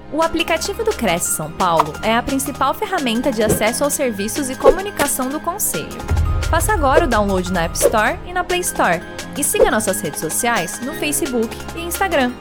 O aplicativo do Cresce São Paulo é a principal ferramenta de acesso aos serviços e comunicação do Conselho. Faça agora o download na App Store e na Play Store. E siga nossas redes sociais no Facebook e Instagram.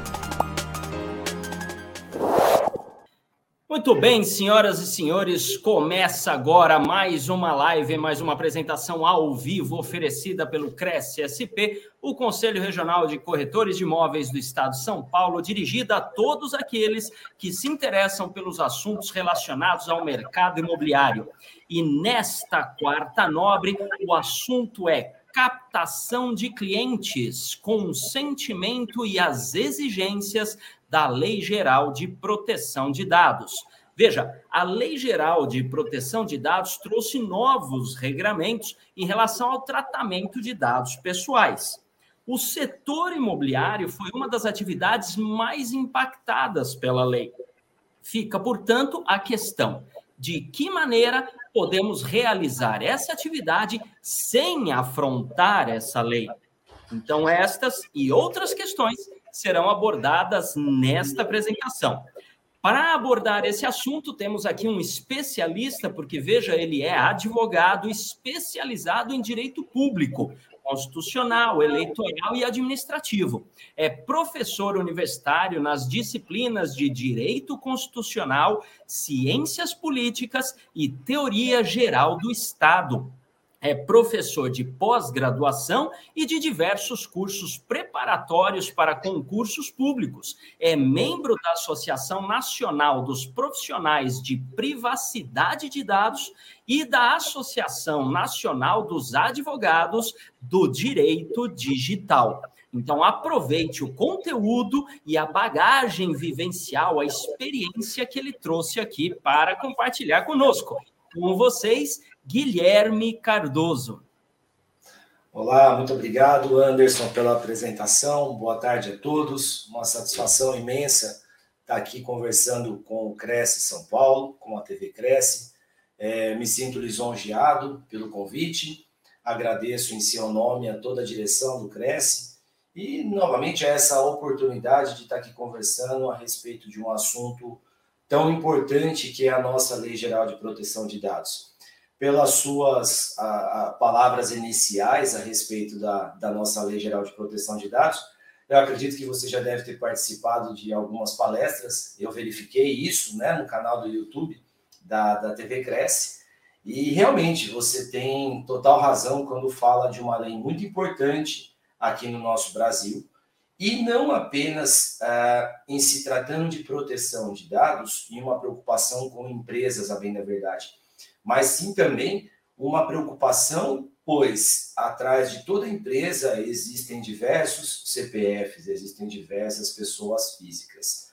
Muito bem, senhoras e senhores, começa agora mais uma live, mais uma apresentação ao vivo oferecida pelo Cresce SP, o Conselho Regional de Corretores de Imóveis do Estado de São Paulo, dirigida a todos aqueles que se interessam pelos assuntos relacionados ao mercado imobiliário. E nesta quarta nobre, o assunto é captação de clientes, consentimento e as exigências da Lei Geral de Proteção de Dados. Veja, a Lei Geral de Proteção de Dados trouxe novos regramentos em relação ao tratamento de dados pessoais. O setor imobiliário foi uma das atividades mais impactadas pela lei. Fica, portanto, a questão: de que maneira podemos realizar essa atividade sem afrontar essa lei? Então, estas e outras questões serão abordadas nesta apresentação. Para abordar esse assunto, temos aqui um especialista, porque, veja, ele é advogado especializado em direito público, constitucional, eleitoral e administrativo. É professor universitário nas disciplinas de Direito Constitucional, Ciências Políticas e Teoria Geral do Estado. É professor de pós-graduação e de diversos cursos preparatórios para concursos públicos. É membro da Associação Nacional dos Profissionais de Privacidade de Dados e da Associação Nacional dos Advogados do Direito Digital. Então, aproveite o conteúdo e a bagagem vivencial, a experiência que ele trouxe aqui para compartilhar conosco. Com vocês, Guilherme Cardoso. Olá, muito obrigado, Anderson, pela apresentação. Boa tarde a todos. Uma satisfação imensa estar aqui conversando com o Cresce São Paulo, com a TV Cresce. Me sinto lisonjeado pelo convite. Agradeço em seu nome a toda a direção do Cresce e, novamente, essa oportunidade de estar aqui conversando a respeito de um assunto tão importante que é a nossa Lei Geral de Proteção de Dados. Pelas suas palavras iniciais a respeito da nossa Lei Geral de Proteção de Dados, eu acredito que você já deve ter participado de algumas palestras, eu verifiquei isso, né, no canal do YouTube da TV Cresce, e realmente você tem total razão quando fala de uma lei muito importante aqui no nosso Brasil, e não apenas em se tratando de proteção de dados e uma preocupação com empresas, a bem da verdade, mas sim também uma preocupação, pois atrás de toda empresa existem diversos CPFs, existem diversas pessoas físicas.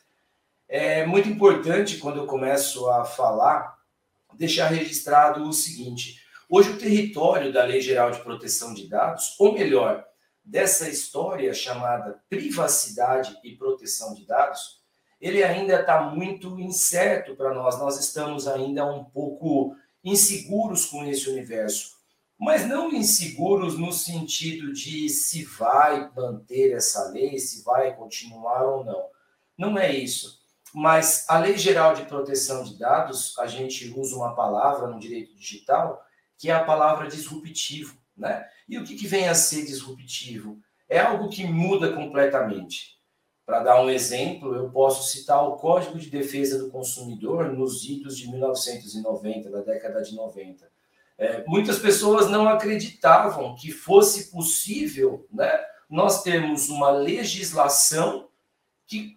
É muito importante, quando eu começo a falar, deixar registrado o seguinte: hoje o território da Lei Geral de Proteção de Dados, ou melhor, dessa história chamada privacidade e proteção de dados, ele ainda está muito incerto para nós. Nós estamos ainda um pouco inseguros com esse universo, mas não inseguros no sentido de se vai manter essa lei, se vai continuar ou não. Não é isso. Mas a Lei Geral de Proteção de Dados, a gente usa uma palavra no direito digital, que é a palavra disruptivo, né? E o que vem a ser disruptivo? É algo que muda completamente. Para dar um exemplo, eu posso citar o Código de Defesa do Consumidor nos idos de 1990, da década de 90. Muitas pessoas não acreditavam que fosse possível, né, nós termos uma legislação que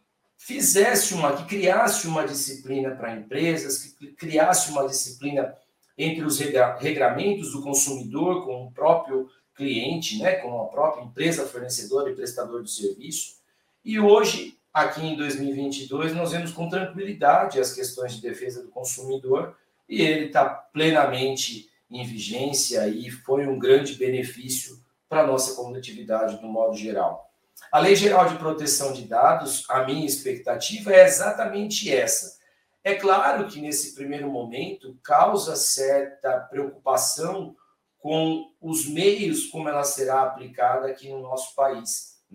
que criasse uma disciplina para empresas, que criasse uma disciplina entre os regramentos do consumidor com o próprio cliente, né, com a própria empresa fornecedora e prestador de serviço. E hoje, aqui em 2022, nós vemos com tranquilidade as questões de defesa do consumidor e ele está plenamente em vigência e foi um grande benefício para a nossa coletividade, no modo geral. A Lei Geral de Proteção de Dados, a minha expectativa é exatamente essa. É claro que, nesse primeiro momento, causa certa preocupação com os meios como ela será aplicada aqui no nosso país, né?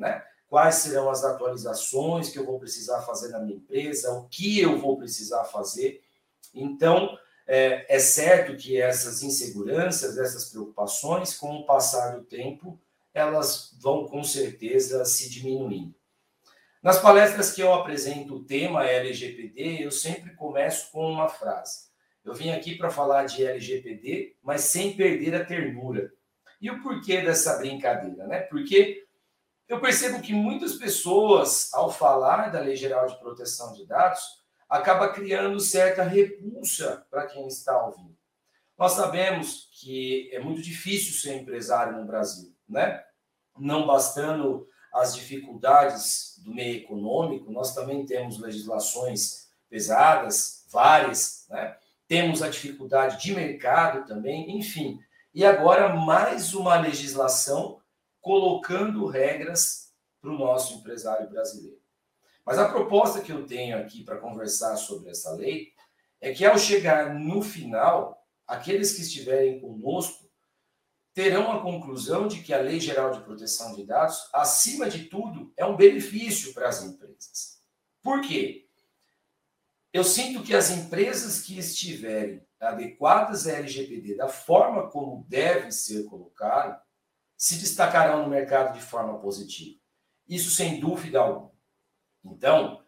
quais serão as atualizações que eu vou precisar fazer na minha empresa, o que eu vou precisar fazer. Então, é certo que essas inseguranças, essas preocupações, com o passar do tempo, elas vão com certeza se diminuindo. Nas palestras que eu apresento o tema LGPD, eu sempre começo com uma frase. Eu vim aqui para falar de LGPD, mas sem perder a ternura. E o porquê dessa brincadeira, né? Porque eu percebo que muitas pessoas, ao falar da Lei Geral de Proteção de Dados, acaba criando certa repulsa para quem está ouvindo. Nós sabemos que é muito difícil ser empresário no Brasil, né? Não bastando as dificuldades do meio econômico, nós também temos legislações pesadas, várias, né? Temos a dificuldade de mercado também, enfim. E agora mais uma legislação colocando regras para o nosso empresário brasileiro. Mas a proposta que eu tenho aqui para conversar sobre essa lei é que, ao chegar no final, aqueles que estiverem conosco terão a conclusão de que a Lei Geral de Proteção de Dados, acima de tudo, é um benefício para as empresas. Por quê? Eu sinto que as empresas que estiverem adequadas à LGPD da forma como deve ser colocado, se destacarão no mercado de forma positiva. Isso sem dúvida alguma. Então,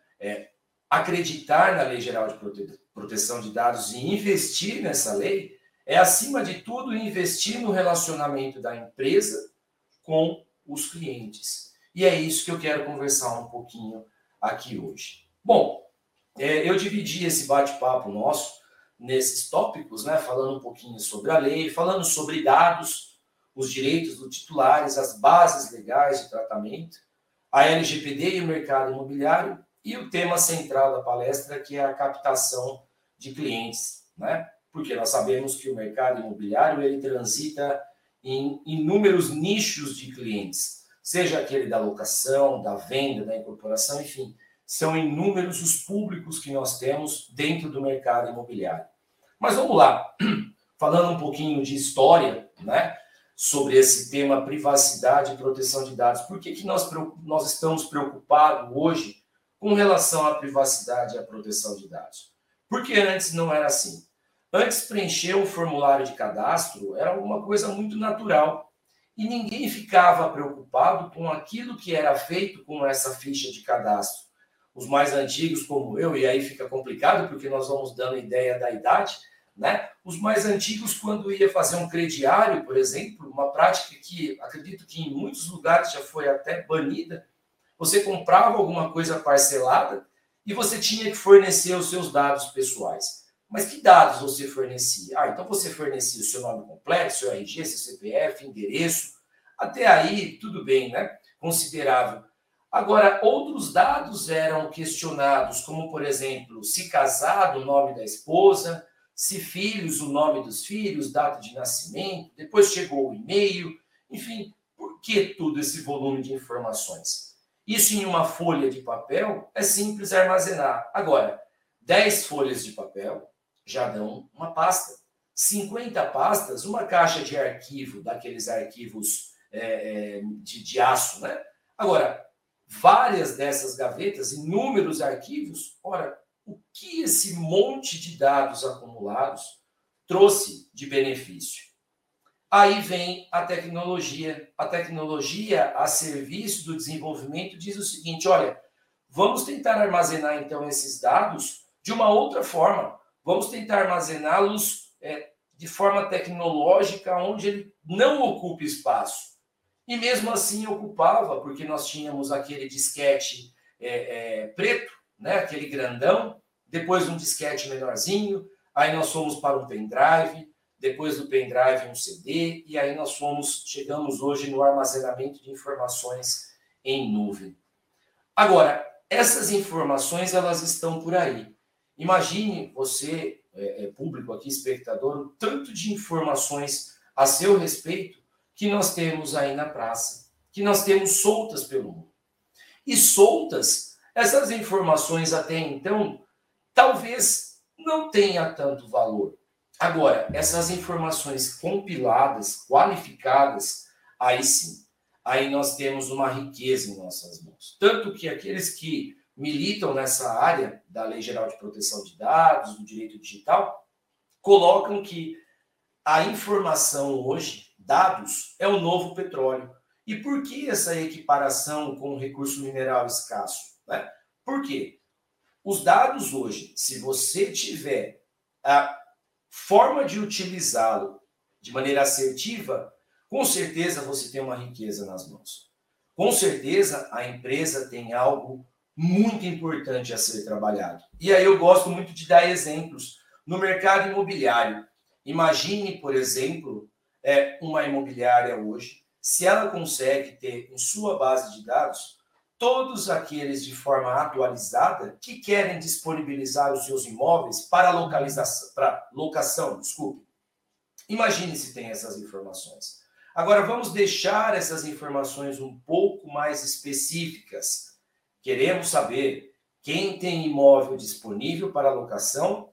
acreditar na Lei Geral de Proteção de Dados e investir nessa lei é, acima de tudo, investir no relacionamento da empresa com os clientes. E é isso que eu quero conversar um pouquinho aqui hoje. Bom, eu dividi esse bate-papo nosso nesses tópicos, né, falando um pouquinho sobre a lei, falando sobre dados, os direitos dos titulares, as bases legais de tratamento, a LGPD e o mercado imobiliário, e o tema central da palestra, que é a captação de clientes, né? Porque nós sabemos que o mercado imobiliário ele transita em inúmeros nichos de clientes, seja aquele da locação, da venda, da incorporação, enfim, são inúmeros os públicos que nós temos dentro do mercado imobiliário. Mas vamos lá, falando um pouquinho de história, né, sobre esse tema privacidade e proteção de dados. Por que nós estamos preocupados hoje com relação à privacidade e à proteção de dados? Porque antes não era assim. Antes, preencher um formulário de cadastro era alguma coisa muito natural e ninguém ficava preocupado com aquilo que era feito com essa ficha de cadastro. Os mais antigos, como eu, e aí fica complicado porque nós vamos dando ideia da idade, né? Os mais antigos, quando ia fazer um crediário, por exemplo, uma prática que acredito que em muitos lugares já foi até banida, você comprava alguma coisa parcelada e você tinha que fornecer os seus dados pessoais. Mas que dados você fornecia? Então você fornecia o seu nome completo, seu RG, seu CPF, endereço. Até aí, tudo bem, né? Considerável. Agora, outros dados eram questionados, como, por exemplo, se casado, o nome da esposa, se filhos, o nome dos filhos, data de nascimento, depois chegou o e-mail, enfim, por que todo esse volume de informações? Isso em uma folha de papel é simples armazenar. Agora, 10 folhas de papel já dão uma pasta. 50 pastas, uma caixa de arquivo, daqueles arquivos de aço, né? Agora, várias dessas gavetas, inúmeros arquivos, ora, o que esse monte de dados acumulados trouxe de benefício? Aí vem a tecnologia. A tecnologia a serviço do desenvolvimento diz o seguinte, olha, vamos tentar armazenar então esses dados de uma outra forma. Vamos tentar armazená-los de forma tecnológica, onde ele não ocupe espaço. E mesmo assim ocupava, porque nós tínhamos aquele disquete preto, né, aquele grandão, depois um disquete menorzinho, aí nós fomos para um pendrive, depois do pendrive um CD, e aí nós chegamos hoje no armazenamento de informações em nuvem. Agora, essas informações, elas estão por aí. Imagine você, público aqui, espectador, o tanto de informações a seu respeito que nós temos aí na praça, que nós temos soltas pelo mundo. E soltas, essas informações até então, talvez não tenha tanto valor. Agora, essas informações compiladas, qualificadas, aí sim. aí nós temos uma riqueza em nossas mãos. Tanto que aqueles que militam nessa área da Lei Geral de Proteção de Dados, do direito digital, colocam que a informação hoje, dados, é o novo petróleo. E por que essa equiparação com o recurso mineral escasso? Né? Por quê? Os dados hoje, se você tiver a forma de utilizá-lo de maneira assertiva, com certeza você tem uma riqueza nas mãos. Com certeza a empresa tem algo muito importante a ser trabalhado. E aí eu gosto muito de dar exemplos no mercado imobiliário. Imagine, por exemplo, uma imobiliária hoje, se ela consegue ter em sua base de dados todos aqueles de forma atualizada que querem disponibilizar os seus imóveis para locação. Imagine se tem essas informações. Agora vamos deixar essas informações um pouco mais específicas. Queremos saber quem tem imóvel disponível para locação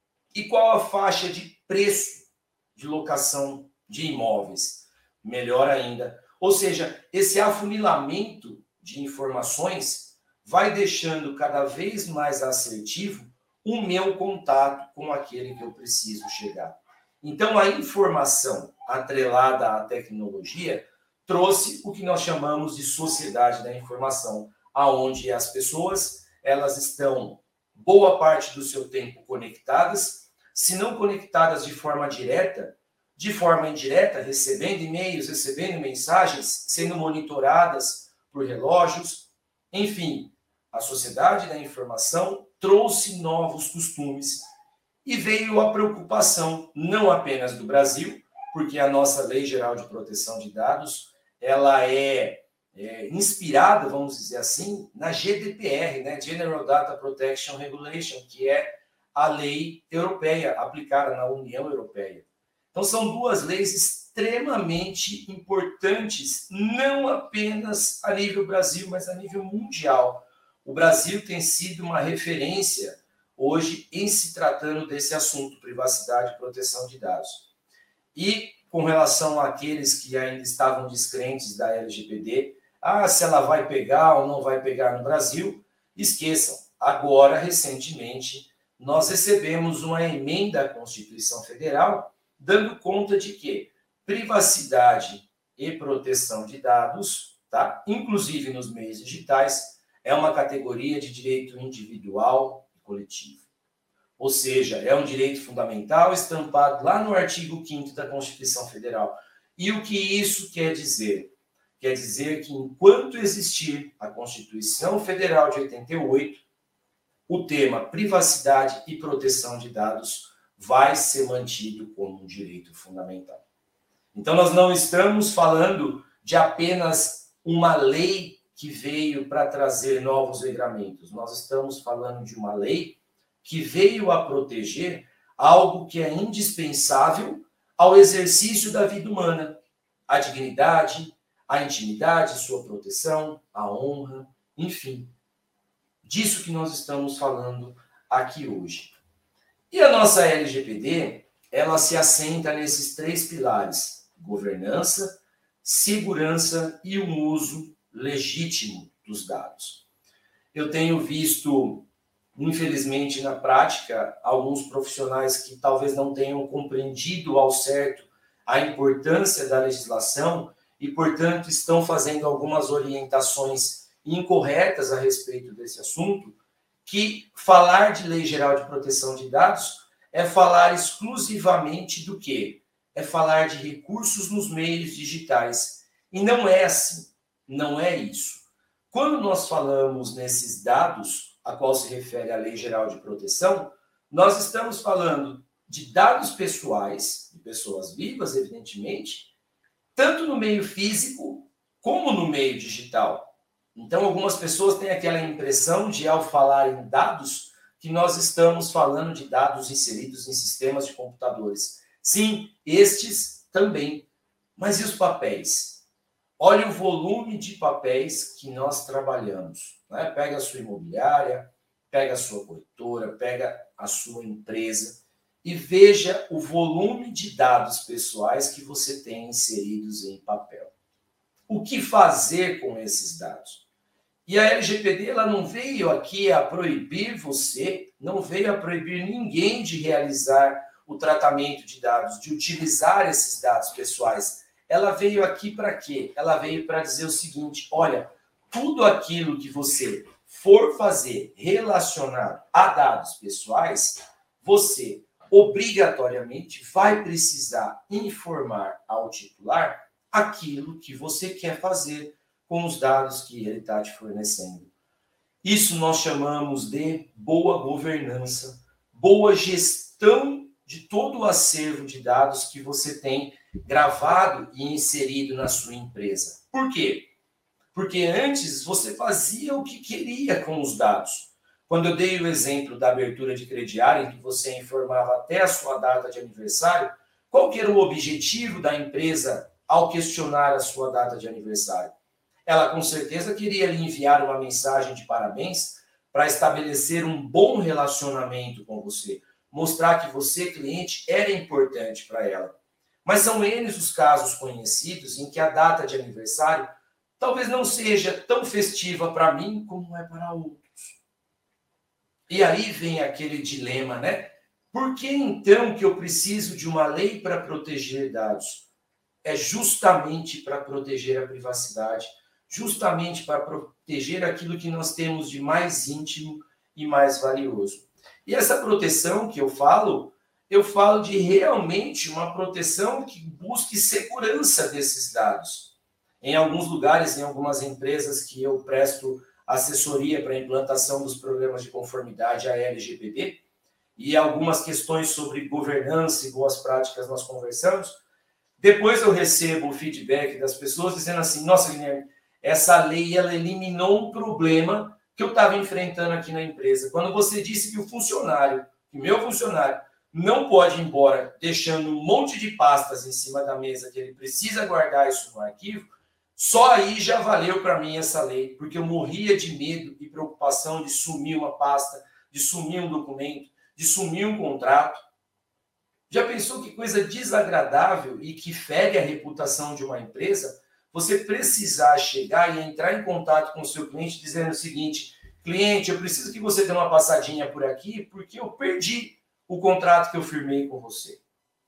e qual a faixa de preço de locação de imóveis. Melhor ainda. Ou seja, esse afunilamento de informações vai deixando cada vez mais assertivo o meu contato com aquele que eu preciso chegar. Então, a informação atrelada à tecnologia trouxe o que nós chamamos de sociedade da informação, aonde as pessoas elas estão boa parte do seu tempo conectadas, se não conectadas de forma direta, de forma indireta, recebendo e-mails, recebendo mensagens, sendo monitoradas por relógios. Enfim, a sociedade da informação trouxe novos costumes e veio a preocupação, não apenas do Brasil, porque a nossa Lei Geral de Proteção de Dados, ela é inspirada, vamos dizer assim, na GDPR, né? General Data Protection Regulation, que é a lei europeia, aplicada na União Europeia. Então, são duas leis extremamente importantes, não apenas a nível Brasil, mas a nível mundial. O Brasil tem sido uma referência hoje em se tratando desse assunto, privacidade e proteção de dados. E com relação àqueles que ainda estavam descrentes da LGPD, se ela vai pegar ou não vai pegar no Brasil, esqueçam. Agora, recentemente, nós recebemos uma emenda à Constituição Federal dando conta de que privacidade e proteção de dados, tá? Inclusive nos meios digitais, é uma categoria de direito individual e coletivo. Ou seja, é um direito fundamental estampado lá no artigo 5º da Constituição Federal. E o que isso quer dizer? Quer dizer que enquanto existir a Constituição Federal de 88, o tema privacidade e proteção de dados vai ser mantido como um direito fundamental. Então, nós não estamos falando de apenas uma lei que veio para trazer novos regramentos. Nós estamos falando de uma lei que veio a proteger algo que é indispensável ao exercício da vida humana, a dignidade, a intimidade, sua proteção, a honra, enfim. Disso que nós estamos falando aqui hoje. E a nossa LGPD, ela se assenta nesses 3 pilares: governança, segurança e um uso legítimo dos dados. Eu tenho visto, infelizmente, na prática, alguns profissionais que talvez não tenham compreendido ao certo a importância da legislação e, portanto, estão fazendo algumas orientações incorretas a respeito desse assunto, que falar de Lei Geral de Proteção de Dados é falar exclusivamente do quê? É falar de recursos nos meios digitais. E não é assim, não é isso. Quando nós falamos nesses dados, a qual se refere a Lei Geral de Proteção, nós estamos falando de dados pessoais, de pessoas vivas, evidentemente, tanto no meio físico como no meio digital. Então, algumas pessoas têm aquela impressão de, ao falar em dados, que nós estamos falando de dados inseridos em sistemas de computadores. Sim, estes também. Mas e os papéis? Olha o volume de papéis que nós trabalhamos. Né? Pega a sua imobiliária, pega a sua corretora, pega a sua empresa e veja o volume de dados pessoais que você tem inseridos em papel. o que fazer com esses dados. E a LGPD ela não veio aqui a proibir você, não veio a proibir ninguém de realizar o tratamento de dados, de utilizar esses dados pessoais. Ela veio aqui para quê? Ela veio para dizer o seguinte, olha, tudo aquilo que você for fazer relacionado a dados pessoais, você obrigatoriamente vai precisar informar ao titular aquilo que você quer fazer com os dados que ele está te fornecendo. Isso nós chamamos de boa governança, boa gestão de todo o acervo de dados que você tem gravado e inserido na sua empresa. Por quê? Porque antes você fazia o que queria com os dados. Quando eu dei o exemplo da abertura de crediário, em que você informava até a sua data de aniversário, qual que era o objetivo da empresa ao questionar a sua data de aniversário? Ela com certeza queria lhe enviar uma mensagem de parabéns para estabelecer um bom relacionamento com você, mostrar que você, cliente, era importante para ela. Mas são eles os casos conhecidos em que a data de aniversário talvez não seja tão festiva para mim como é para outros. E aí vem aquele dilema, né? Por que então que eu preciso de uma lei para proteger dados? É justamente para proteger a privacidade, justamente para proteger aquilo que nós temos de mais íntimo e mais valioso. E essa proteção que eu falo de realmente uma proteção que busque segurança desses dados. Em alguns lugares, em algumas empresas que eu presto assessoria para a implantação dos programas de conformidade à LGPD, e algumas questões sobre governança e boas práticas nós conversamos, depois eu recebo o feedback das pessoas dizendo assim, nossa, Guilherme, essa lei ela eliminou um problema que eu estava enfrentando aqui na empresa. Quando você disse que o funcionário, que meu funcionário, não pode ir embora deixando um monte de pastas em cima da mesa, que ele precisa guardar isso no arquivo, só aí já valeu para mim essa lei, porque eu morria de medo e preocupação de sumir uma pasta, de sumir um documento, de sumir um contrato. Já pensou que coisa desagradável e que fere a reputação de uma empresa? Você precisar chegar e entrar em contato com o seu cliente dizendo o seguinte, cliente, eu preciso que você dê uma passadinha por aqui porque eu perdi o contrato que eu firmei com você.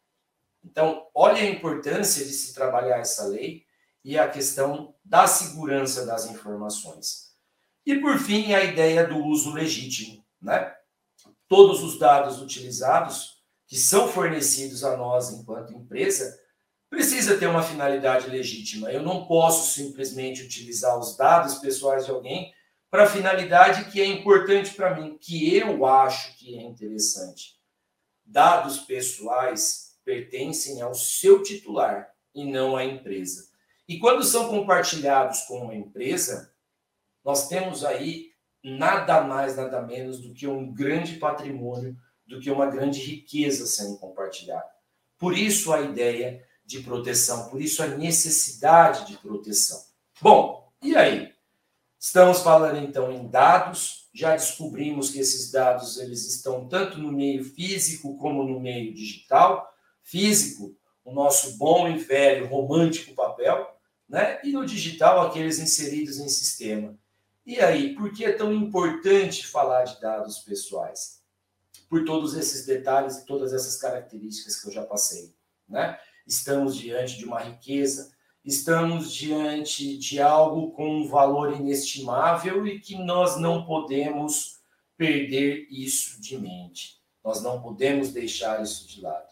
Então, olha a importância de se trabalhar essa lei e a questão da segurança das informações. E, por fim, a ideia do uso legítimo, né? Todos os dados utilizados, que são fornecidos a nós enquanto empresa, precisa ter uma finalidade legítima. Eu não posso simplesmente utilizar os dados pessoais de alguém para a finalidade que é importante para mim, que eu acho que é interessante. Dados pessoais pertencem ao seu titular e não à empresa. E quando são compartilhados com uma empresa, nós temos aí nada mais, nada menos do que um grande patrimônio, do que uma grande riqueza sendo compartilhada. Por isso a ideia de proteção, por isso a necessidade de proteção. Bom, e aí? Estamos falando então em dados, já descobrimos que esses dados eles estão tanto no meio físico como no meio digital. Físico, o nosso bom e velho romântico papel, né? E no digital, aqueles inseridos em sistema. E aí, por que é tão importante falar de dados pessoais? Por todos esses detalhes e todas essas características que eu já passei, né? Estamos diante de uma riqueza, estamos diante de algo com um valor inestimável e que nós não podemos perder isso de mente. Nós não podemos deixar isso de lado.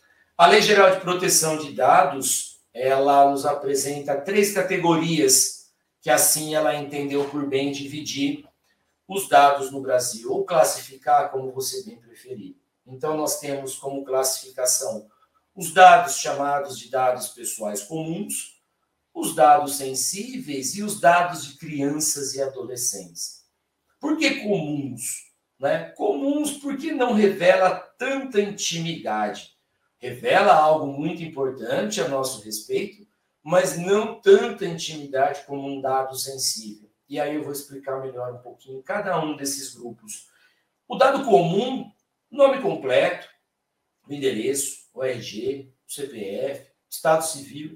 A Lei Geral de Proteção de Dados, ela nos apresenta 3 categorias que assim ela entendeu por bem dividir os dados no Brasil, ou classificar como você bem preferir. Então, nós temos como classificação os dados chamados de dados pessoais comuns, os dados sensíveis e os dados de crianças e adolescentes. Por que comuns? Né? Comuns porque não revela tanta intimidade. Revela algo muito importante a nosso respeito, mas não tanta intimidade como um dado sensível. E aí eu vou explicar melhor um pouquinho cada um desses grupos. O dado comum, nome completo, o endereço, o RG, o CPF, Estado Civil,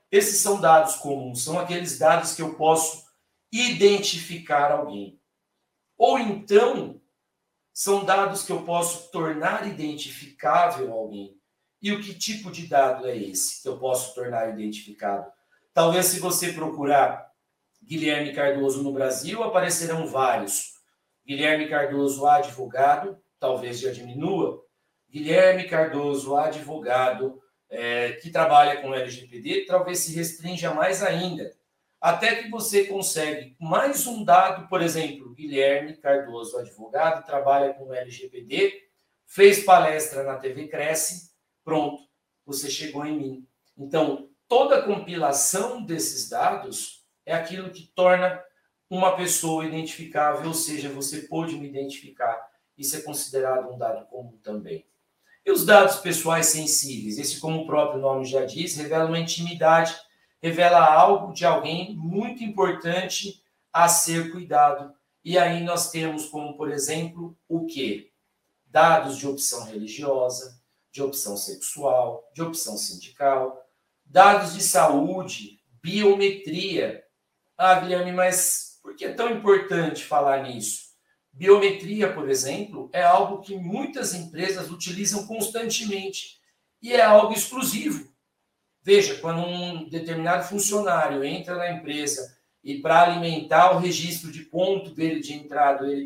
Esses são dados comuns, são aqueles dados que eu posso identificar alguém. Ou então, são dados que eu posso tornar identificável alguém. E o que tipo de dado é esse que eu posso tornar identificado? Talvez se você procurar Guilherme Cardoso no Brasil, aparecerão vários. Guilherme Cardoso, advogado, talvez já diminua. Guilherme Cardoso, advogado, que trabalha com LGPD, talvez se restrinja mais ainda. Até que você consegue mais um dado, por exemplo, Guilherme Cardoso, advogado, trabalha com LGPD, fez palestra na TV Cresce, pronto, você chegou em mim. Então, toda a compilação desses dados é aquilo que torna uma pessoa identificável, ou seja, você pôde me identificar. Isso é considerado um dado comum também. E os dados pessoais sensíveis? Esse, como o próprio nome já diz, revela uma intimidade, revela algo de alguém muito importante a ser cuidado. E aí nós temos como, por exemplo, o quê? Dados de opção religiosa, de opção sexual, de opção sindical, dados de saúde, biometria. Ah, Guilherme, mas por que é tão importante falar nisso? Biometria, por exemplo, é algo que muitas empresas utilizam constantemente e é algo exclusivo. Veja, quando um determinado funcionário entra na empresa e para alimentar o registro de ponto dele de entrada, ele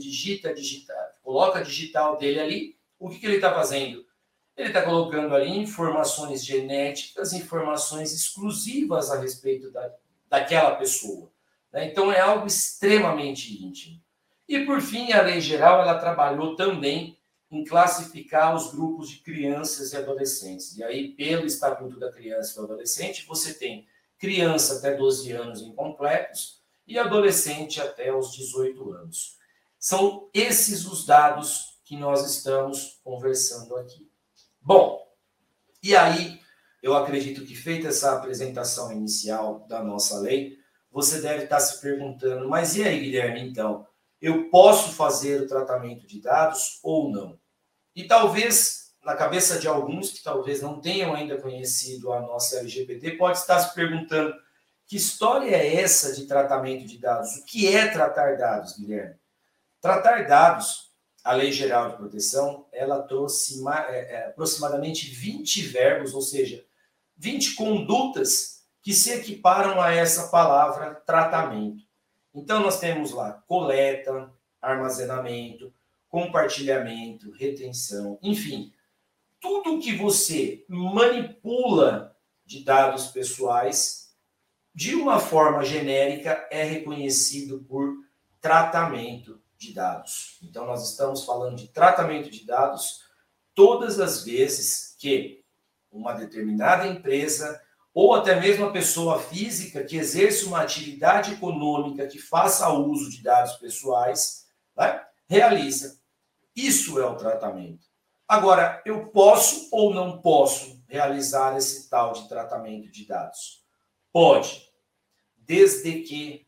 coloca a digital dele ali, o que ele está fazendo? Ele está colocando ali informações genéticas, informações exclusivas a respeito daquela pessoa. Né? Então, é algo extremamente íntimo. E, por fim, a lei geral ela trabalhou também em classificar os grupos de crianças e adolescentes. E aí, pelo Estatuto da Criança e do Adolescente, você tem criança até 12 anos incompletos e adolescente até os 18 anos. São esses os dados que nós estamos conversando aqui. Bom, e aí, eu acredito que feita essa apresentação inicial da nossa lei, você deve estar se perguntando, mas e aí, Guilherme, então? Eu posso fazer o tratamento de dados ou não? E talvez, na cabeça de alguns que talvez não tenham ainda conhecido a nossa LGPD, pode estar se perguntando, que história é essa de tratamento de dados? O que é tratar dados, Guilherme? Tratar dados, a Lei Geral de Proteção, ela trouxe aproximadamente 20 verbos, ou seja, 20 condutas que se equiparam a essa palavra tratamento. Então, nós temos lá coleta, armazenamento, compartilhamento, retenção, enfim, tudo que você manipula de dados pessoais, de uma forma genérica, é reconhecido por tratamento de dados. Então, nós estamos falando de tratamento de dados todas as vezes que uma determinada empresa ou até mesmo a pessoa física que exerce uma atividade econômica que faça uso de dados pessoais, né, realiza. Isso é o tratamento. Agora, eu posso ou não posso realizar esse tal de tratamento de dados? Pode, desde que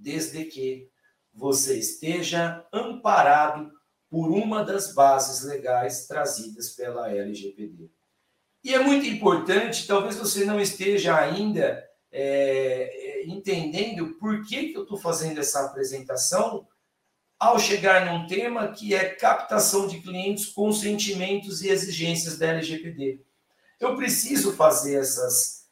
você esteja amparado por uma das bases legais trazidas pela LGPD. E é muito importante, talvez você não esteja ainda entendendo por que eu estou fazendo essa apresentação ao chegar num tema que é captação de clientes, consentimentos e exigências da LGPD. Eu preciso fazer essas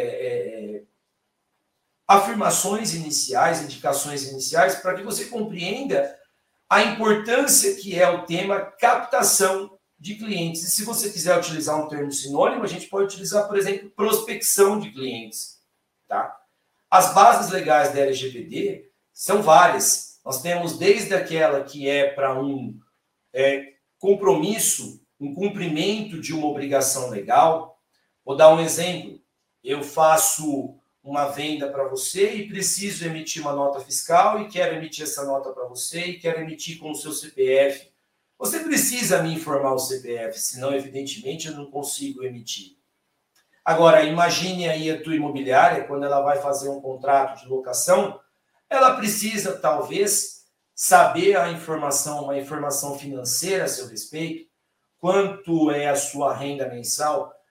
afirmações iniciais, indicações iniciais, para que você compreenda a importância que é o tema captação de clientes. E se você quiser utilizar um termo sinônimo, a gente pode utilizar, por exemplo, prospecção de clientes. Tá? As bases legais da LGPD são várias. Nós temos desde aquela que é para um compromisso, um cumprimento de uma obrigação legal. Vou dar um exemplo. Eu faço uma venda para você e preciso emitir uma nota fiscal e quero emitir essa nota para você e quero emitir com o seu CPF. Você precisa me informar o CPF, senão, evidentemente, eu não consigo emitir. Agora, imagine aí a tua imobiliária, quando ela vai fazer um contrato de locação, ela precisa, talvez, saber uma informação financeira a seu respeito, quanto é a sua renda mensal.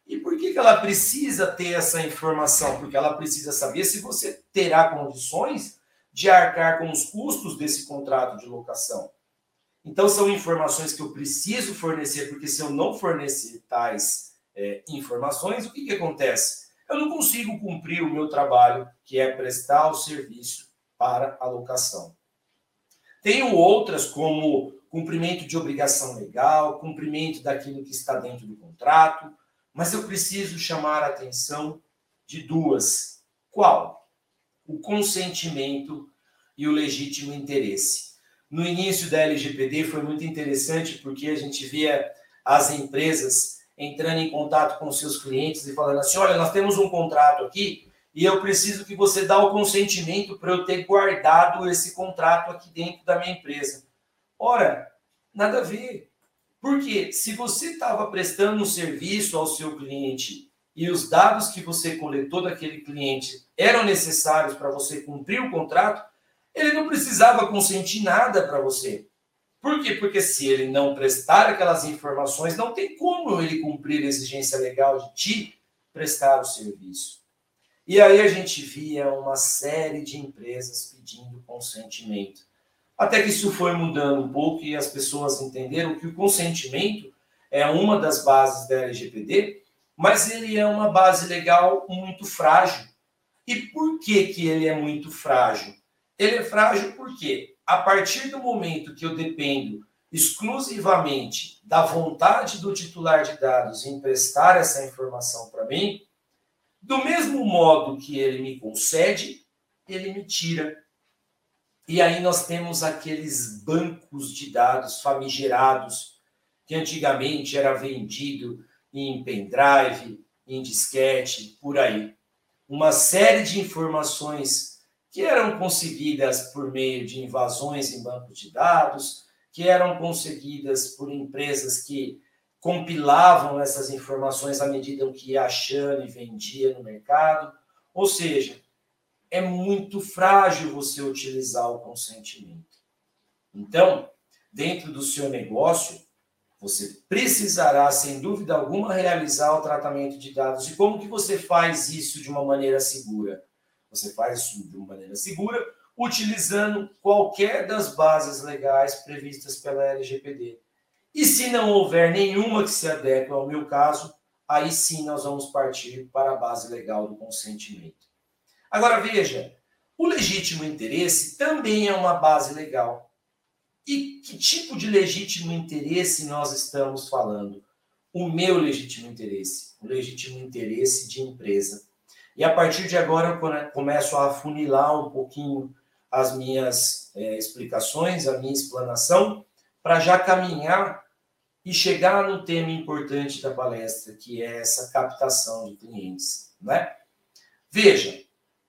E por que ela precisa ter essa informação? Porque ela precisa saber se você terá condições de arcar com os custos desse contrato de locação. Então, são informações que eu preciso fornecer, porque se eu não fornecer tais informações, o que acontece? Eu não consigo cumprir o meu trabalho, que é prestar o serviço para a locação. Tenho outras, como cumprimento de obrigação legal, cumprimento daquilo que está dentro do contrato, mas eu preciso chamar a atenção de duas. Qual? O consentimento e o legítimo interesse. No início da LGPD foi muito interessante porque a gente via as empresas entrando em contato com seus clientes e falando assim, olha, nós temos um contrato aqui e eu preciso que você dê o consentimento para eu ter guardado esse contrato aqui dentro da minha empresa. Ora, nada a ver. Porque se você estava prestando um serviço ao seu cliente e os dados que você coletou daquele cliente eram necessários para você cumprir o contrato, ele não precisava consentir nada para você. Por quê? Porque se ele não prestar aquelas informações, não tem como ele cumprir a exigência legal de te prestar o serviço. E aí a gente via uma série de empresas pedindo consentimento. Até que isso foi mudando um pouco e as pessoas entenderam que o consentimento é uma das bases da LGPD, mas ele é uma base legal muito frágil. E por que ele é muito frágil? Ele é frágil porque, a partir do momento que eu dependo exclusivamente da vontade do titular de dados em prestar essa informação para mim, do mesmo modo que ele me concede, ele me tira. E aí nós temos aqueles bancos de dados famigerados, que antigamente era vendido em pendrive, em disquete, por aí. Uma série de informações que eram conseguidas por meio de invasões em bancos de dados, que eram conseguidas por empresas que compilavam essas informações à medida que ia achando e vendia no mercado. Ou seja, é muito frágil você utilizar o consentimento. Então, dentro do seu negócio, você precisará, sem dúvida alguma, realizar o tratamento de dados. E como que você faz isso de uma maneira segura? Você faz isso de uma maneira segura utilizando qualquer das bases legais previstas pela LGPD. E se não houver nenhuma que se adeque ao meu caso, aí sim nós vamos partir para a base legal do consentimento. Agora veja, o legítimo interesse também é uma base legal. E que tipo de legítimo interesse nós estamos falando? O meu legítimo interesse, o legítimo interesse de empresa. E a partir de agora eu começo a afunilar um pouquinho as minhas explicações, a minha explanação, para já caminhar e chegar no tema importante da palestra, que é essa captação de clientes, né? Veja,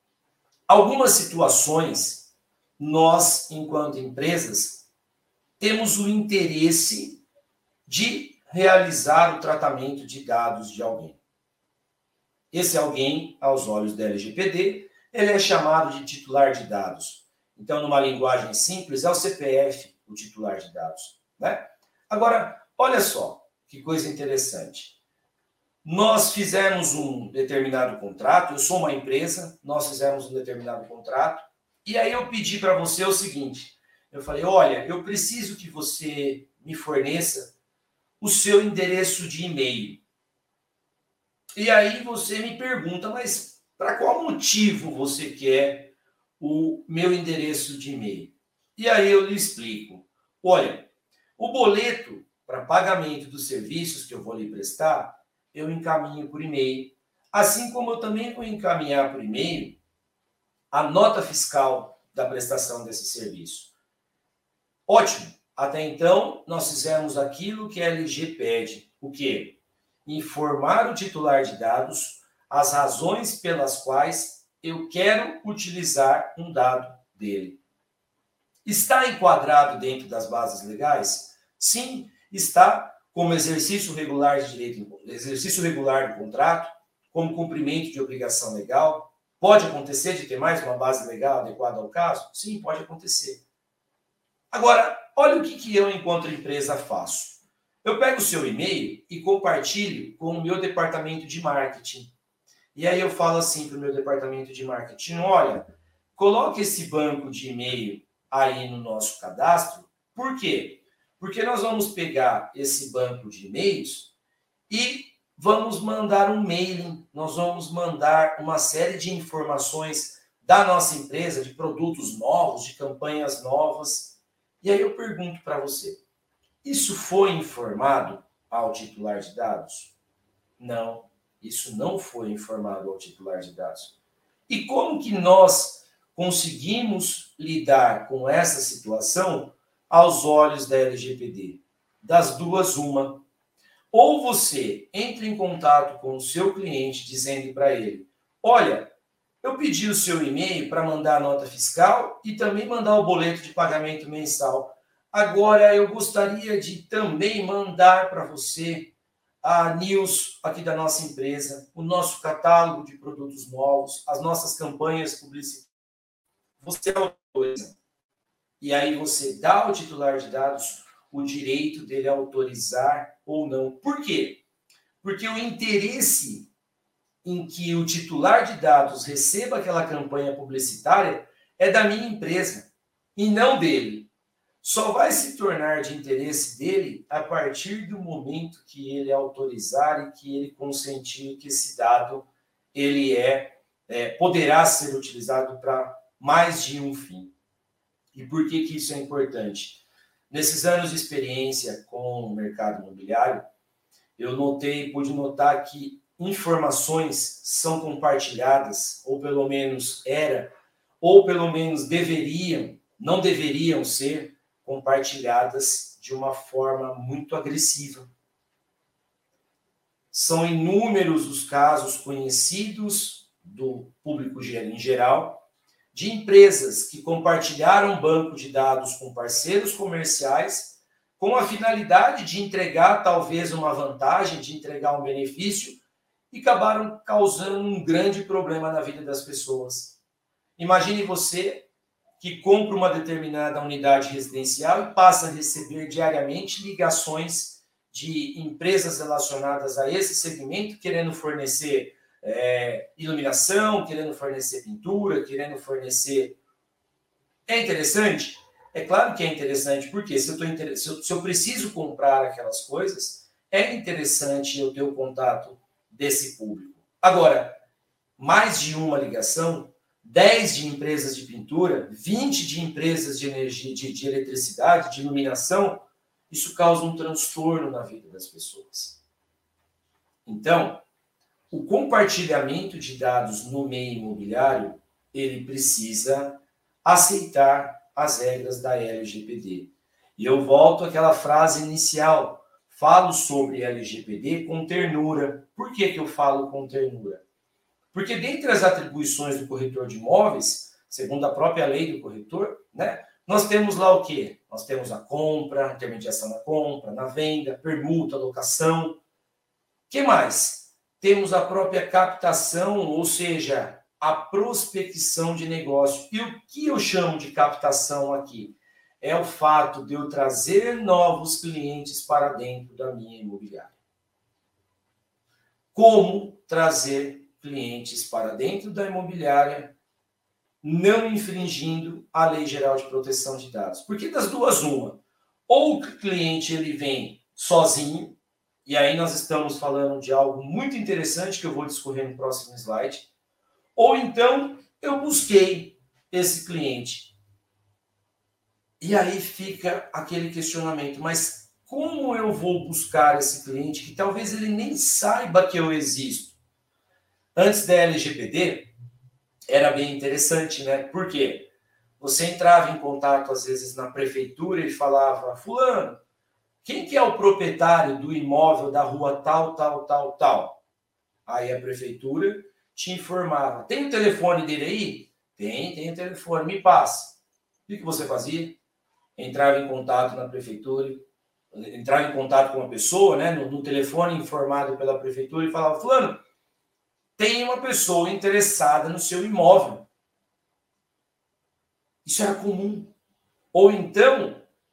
algumas situações, nós, enquanto empresas, temos o interesse de realizar o tratamento de dados de alguém. Esse alguém, aos olhos da LGPD, ele é chamado de titular de dados. Então, numa linguagem simples, é o CPF, o titular de dados, né? Agora, olha só, que coisa interessante. Nós fizemos um determinado contrato, eu sou uma empresa, nós fizemos um determinado contrato, e aí eu pedi para você o seguinte, eu falei, olha, eu preciso que você me forneça o seu endereço de e-mail. E aí você me pergunta, mas para qual motivo você quer o meu endereço de e-mail? E aí eu lhe explico. Olha, o boleto para pagamento dos serviços que eu vou lhe prestar, eu encaminho por e-mail. Assim como eu também vou encaminhar por e-mail a nota fiscal da prestação desse serviço. Ótimo. Até então, nós fizemos aquilo que a LG pede. O quê? Informar o titular de dados as razões pelas quais eu quero utilizar um dado dele. Está enquadrado dentro das bases legais? Sim, está, como exercício regular de direito, exercício regular do contrato, como cumprimento de obrigação legal. Pode acontecer de ter mais uma base legal adequada ao caso? Sim, pode acontecer. Agora, olha o que eu, enquanto empresa, faço. Eu pego o seu e-mail e compartilho com o meu departamento de marketing. E aí eu falo assim para o meu departamento de marketing, olha, coloque esse banco de e-mail aí no nosso cadastro. Por quê? Porque nós vamos pegar esse banco de e-mails e vamos mandar um mailing, nós vamos mandar uma série de informações da nossa empresa, de produtos novos, de campanhas novas. E aí eu pergunto para você, isso foi informado ao titular de dados? Não, isso não foi informado ao titular de dados. E como que nós conseguimos lidar com essa situação aos olhos da LGPD? Das duas, uma. Ou você entra em contato com o seu cliente dizendo para ele, olha, eu pedi o seu e-mail para mandar a nota fiscal e também mandar o boleto de pagamento mensal. Agora, eu gostaria de também mandar para você a news aqui da nossa empresa, o nosso catálogo de produtos novos, as nossas campanhas publicitárias. Você autoriza. E aí você dá ao titular de dados o direito dele autorizar ou não. Por quê? Porque o interesse em que o titular de dados receba aquela campanha publicitária é da minha empresa e não dele. Só vai se tornar de interesse dele a partir do momento que ele autorizar e que ele consentir que esse dado ele poderá ser utilizado para mais de um fim. E por que isso é importante? Nesses anos de experiência com o mercado imobiliário, eu pude notar que informações são compartilhadas, ou pelo menos não deveriam ser compartilhadas de uma forma muito agressiva. São inúmeros os casos conhecidos do público em geral, de empresas que compartilharam banco de dados com parceiros comerciais com a finalidade de entregar talvez uma vantagem, de entregar um benefício, e acabaram causando um grande problema na vida das pessoas. Imagine você que compra uma determinada unidade residencial e passa a receber diariamente ligações de empresas relacionadas a esse segmento, querendo fornecer iluminação, querendo fornecer pintura, querendo fornecer... É interessante? É claro que é interessante, porque se eu preciso comprar aquelas coisas, é interessante eu ter o contato desse público. Agora, mais de uma ligação, 10 de empresas de pintura, 20 de empresas de energia, de eletricidade, de iluminação, isso causa um transtorno na vida das pessoas. Então, o compartilhamento de dados no meio imobiliário, ele precisa aceitar as regras da LGPD. E eu volto àquela frase inicial, falo sobre LGPD com ternura. Por que eu falo com ternura? Porque dentre as atribuições do corretor de imóveis, segundo a própria lei do corretor, né, nós temos lá o quê? Nós temos a compra, intermediação na compra, na venda, permuta, locação. O que mais? Temos a própria captação, ou seja, a prospecção de negócio. E o que eu chamo de captação aqui? É o fato de eu trazer novos clientes para dentro da minha imobiliária. Como trazer clientes para dentro da imobiliária, não infringindo a Lei Geral de Proteção de Dados? Porque das duas, uma. Ou o cliente ele vem sozinho, e aí nós estamos falando de algo muito interessante que eu vou discorrer no próximo slide, ou então eu busquei esse cliente. E aí fica aquele questionamento, mas como eu vou buscar esse cliente que talvez ele nem saiba que eu existo? Antes da LGPD, era bem interessante, né? Por quê? Você entrava em contato, às vezes, na prefeitura e falava, fulano, quem que é o proprietário do imóvel da rua tal, tal, tal, tal? Aí a prefeitura te informava, tem o telefone dele aí? Tem o telefone, me passa. O que você fazia? Entrava em contato na prefeitura, entrava em contato com uma pessoa, né, no telefone informado pela prefeitura e falava, fulano, tem uma pessoa interessada no seu imóvel. Isso era comum. Ou então,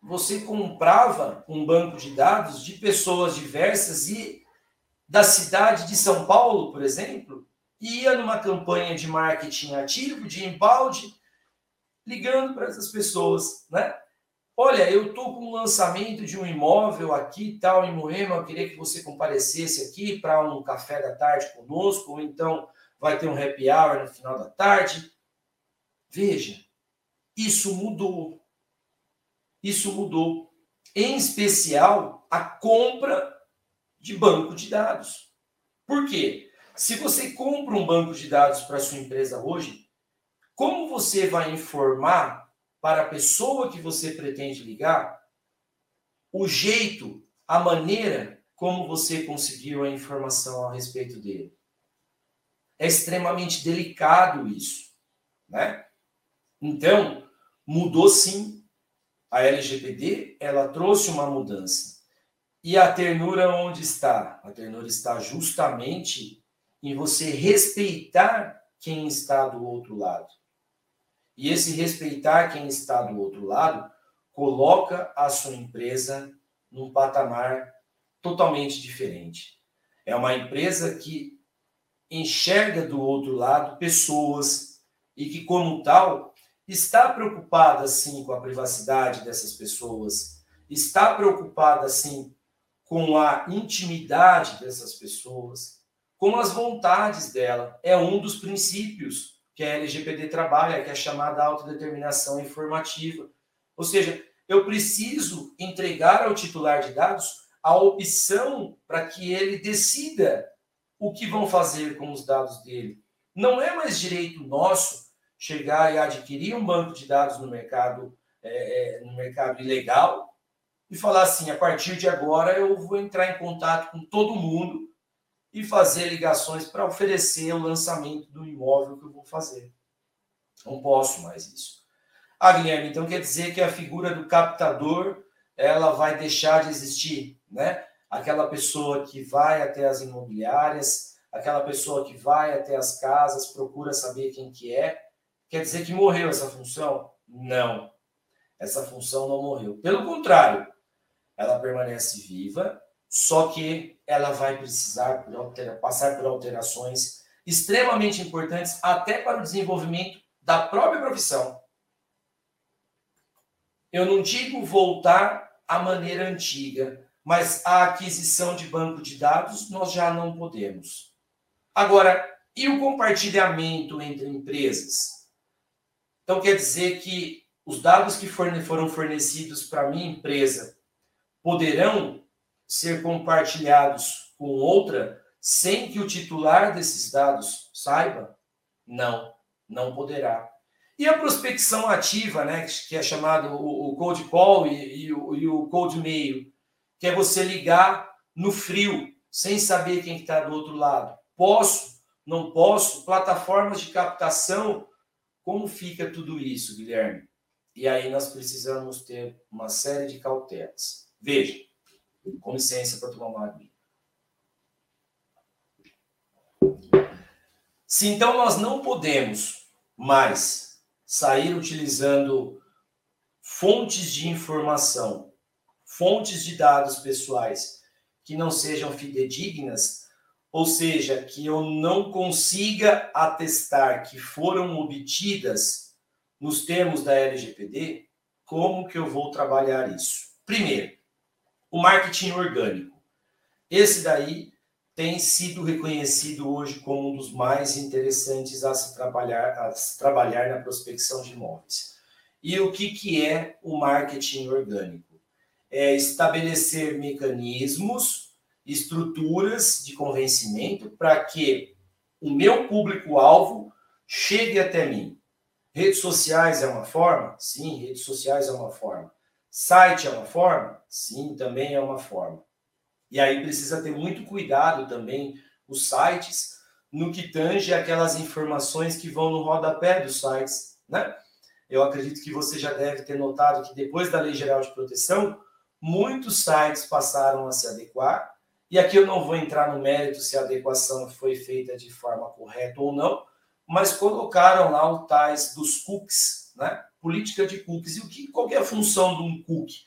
você comprava um banco de dados de pessoas diversas e da cidade de São Paulo, por exemplo, ia numa campanha de marketing ativo, de embalde, ligando para essas pessoas, né? Olha, eu estou com um lançamento de um imóvel aqui, tal, em Moema, eu queria que você comparecesse aqui para um café da tarde conosco, ou então vai ter um happy hour no final da tarde. Veja, isso mudou. Isso mudou. Em especial, a compra de banco de dados. Por quê? Se você compra um banco de dados para a sua empresa hoje, como você vai informar para a pessoa que você pretende ligar o jeito, a maneira como você conseguiu a informação a respeito dele? É extremamente delicado isso, né? Então, mudou sim. A LGPD, ela trouxe uma mudança. E a ternura onde está? A ternura está justamente em você respeitar quem está do outro lado. E esse respeitar quem está do outro lado coloca a sua empresa num patamar totalmente diferente. É uma empresa que enxerga do outro lado pessoas e que, como tal, está preocupada, sim, com a privacidade dessas pessoas, está preocupada, sim, com a intimidade dessas pessoas, com as vontades dela. É um dos princípios que a LGPD trabalha, que é a chamada autodeterminação informativa. Ou seja, eu preciso entregar ao titular de dados a opção para que ele decida o que vão fazer com os dados dele. Não é mais direito nosso chegar e adquirir um banco de dados no mercado ilegal e falar assim, a partir de agora eu vou entrar em contato com todo mundo e fazer ligações para oferecer o lançamento do imóvel que eu vou fazer. Não posso mais isso. Guilherme, então quer dizer que a figura do captador ela vai deixar de existir, né? Aquela pessoa que vai até as imobiliárias, aquela pessoa que vai até as casas, procura saber quem que é. Quer dizer que morreu essa função? Não. Essa função não morreu. Pelo contrário, ela permanece viva, só que ela vai precisar passar por alterações extremamente importantes até para o desenvolvimento da própria profissão. Eu não digo voltar à maneira antiga, mas a aquisição de banco de dados nós já não podemos. Agora, e o compartilhamento entre empresas? Então, quer dizer que os dados que foram fornecidos para a minha empresa poderão ser compartilhados com outra sem que o titular desses dados saiba? Não, não poderá. E a prospecção ativa, né, que é chamado o cold call e o cold mail, que é você ligar no frio, sem saber quem está do outro lado. Posso? Não posso? Plataformas de captação, como fica tudo isso, Guilherme? E aí nós precisamos ter uma série de cautelas. Veja, com licença para tomar uma aguinha. Se então nós não podemos mais sair utilizando fontes de informação, fontes de dados pessoais que não sejam fidedignas, ou seja, que eu não consiga atestar que foram obtidas nos termos da LGPD, como que eu vou trabalhar isso? Primeiro, o marketing orgânico. Esse daí tem sido reconhecido hoje como um dos mais interessantes a se trabalhar na prospecção de imóveis. E o que é o marketing orgânico? É estabelecer mecanismos, estruturas de convencimento para que o meu público-alvo chegue até mim. Redes sociais é uma forma? Sim, redes sociais é uma forma. Site é uma forma? Sim, também é uma forma. E aí precisa ter muito cuidado também os sites no que tange aquelas informações que vão no rodapé dos sites, né? Eu acredito que você já deve ter notado que depois da Lei Geral de Proteção, muitos sites passaram a se adequar, e aqui eu não vou entrar no mérito se a adequação foi feita de forma correta ou não, mas colocaram lá o tais dos cookies, né? Política de cookies. E qual que é a função de um cookie?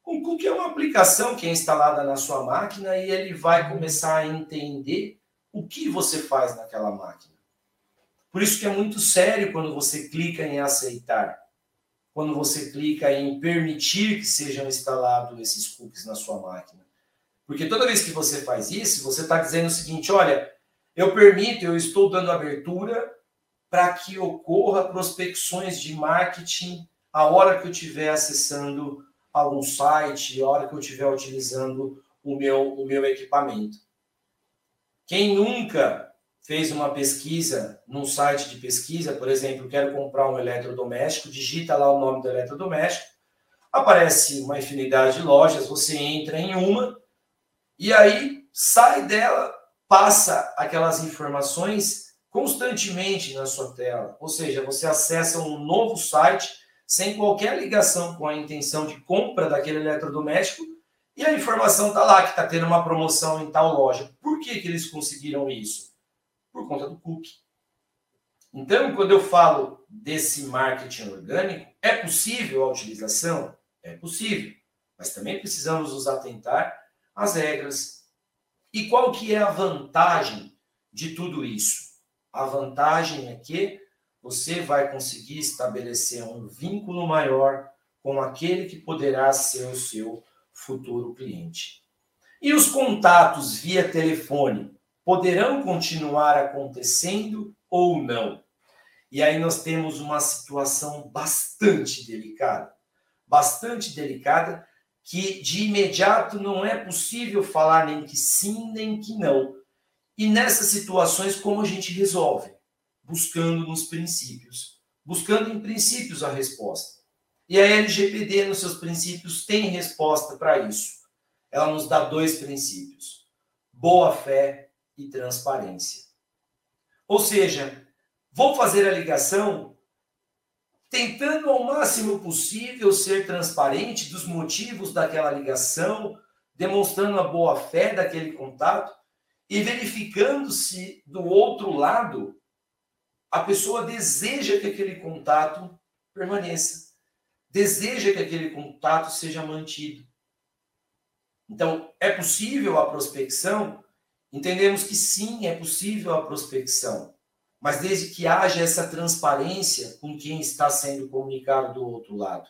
Um cookie é uma aplicação que é instalada na sua máquina e ele vai começar a entender o que você faz naquela máquina. Por isso que é muito sério quando você clica em aceitar, quando você clica em permitir que sejam instalados esses cookies na sua máquina. Porque toda vez que você faz isso, você está dizendo o seguinte, olha, eu estou dando abertura para que ocorra prospecções de marketing a hora que eu estiver acessando algum site, a hora que eu estiver utilizando o meu equipamento. Quem nunca fez uma pesquisa num site de pesquisa, por exemplo, quero comprar um eletrodoméstico, digita lá o nome do eletrodoméstico, aparece uma infinidade de lojas, você entra em uma e aí sai dela, passa aquelas informações constantemente na sua tela. Ou seja, você acessa um novo site sem qualquer ligação com a intenção de compra daquele eletrodoméstico e a informação está lá, que está tendo uma promoção em tal loja. Por que eles conseguiram isso? Por conta do cookie. Então, quando eu falo desse marketing orgânico, é possível a utilização? É possível. Mas também precisamos nos atentar às regras. E qual que é a vantagem de tudo isso? A vantagem é que você vai conseguir estabelecer um vínculo maior com aquele que poderá ser o seu futuro cliente. E os contatos via telefone poderão continuar acontecendo ou não? E aí nós temos uma situação bastante delicada, que de imediato não é possível falar nem que sim, nem que não. E nessas situações, como a gente resolve? Buscando nos princípios, buscando em princípios a resposta. E a LGPD, nos seus princípios, tem resposta para isso. Ela nos dá 2 princípios: boa-fé e transparência. Ou seja, vou fazer a ligação tentando ao máximo possível ser transparente dos motivos daquela ligação, demonstrando a boa-fé daquele contato e verificando se do outro lado a pessoa deseja que aquele contato permaneça, deseja que aquele contato seja mantido. Então, é possível a prospecção? Entendemos que sim, é possível a prospecção, mas desde que haja essa transparência com quem está sendo comunicado do outro lado.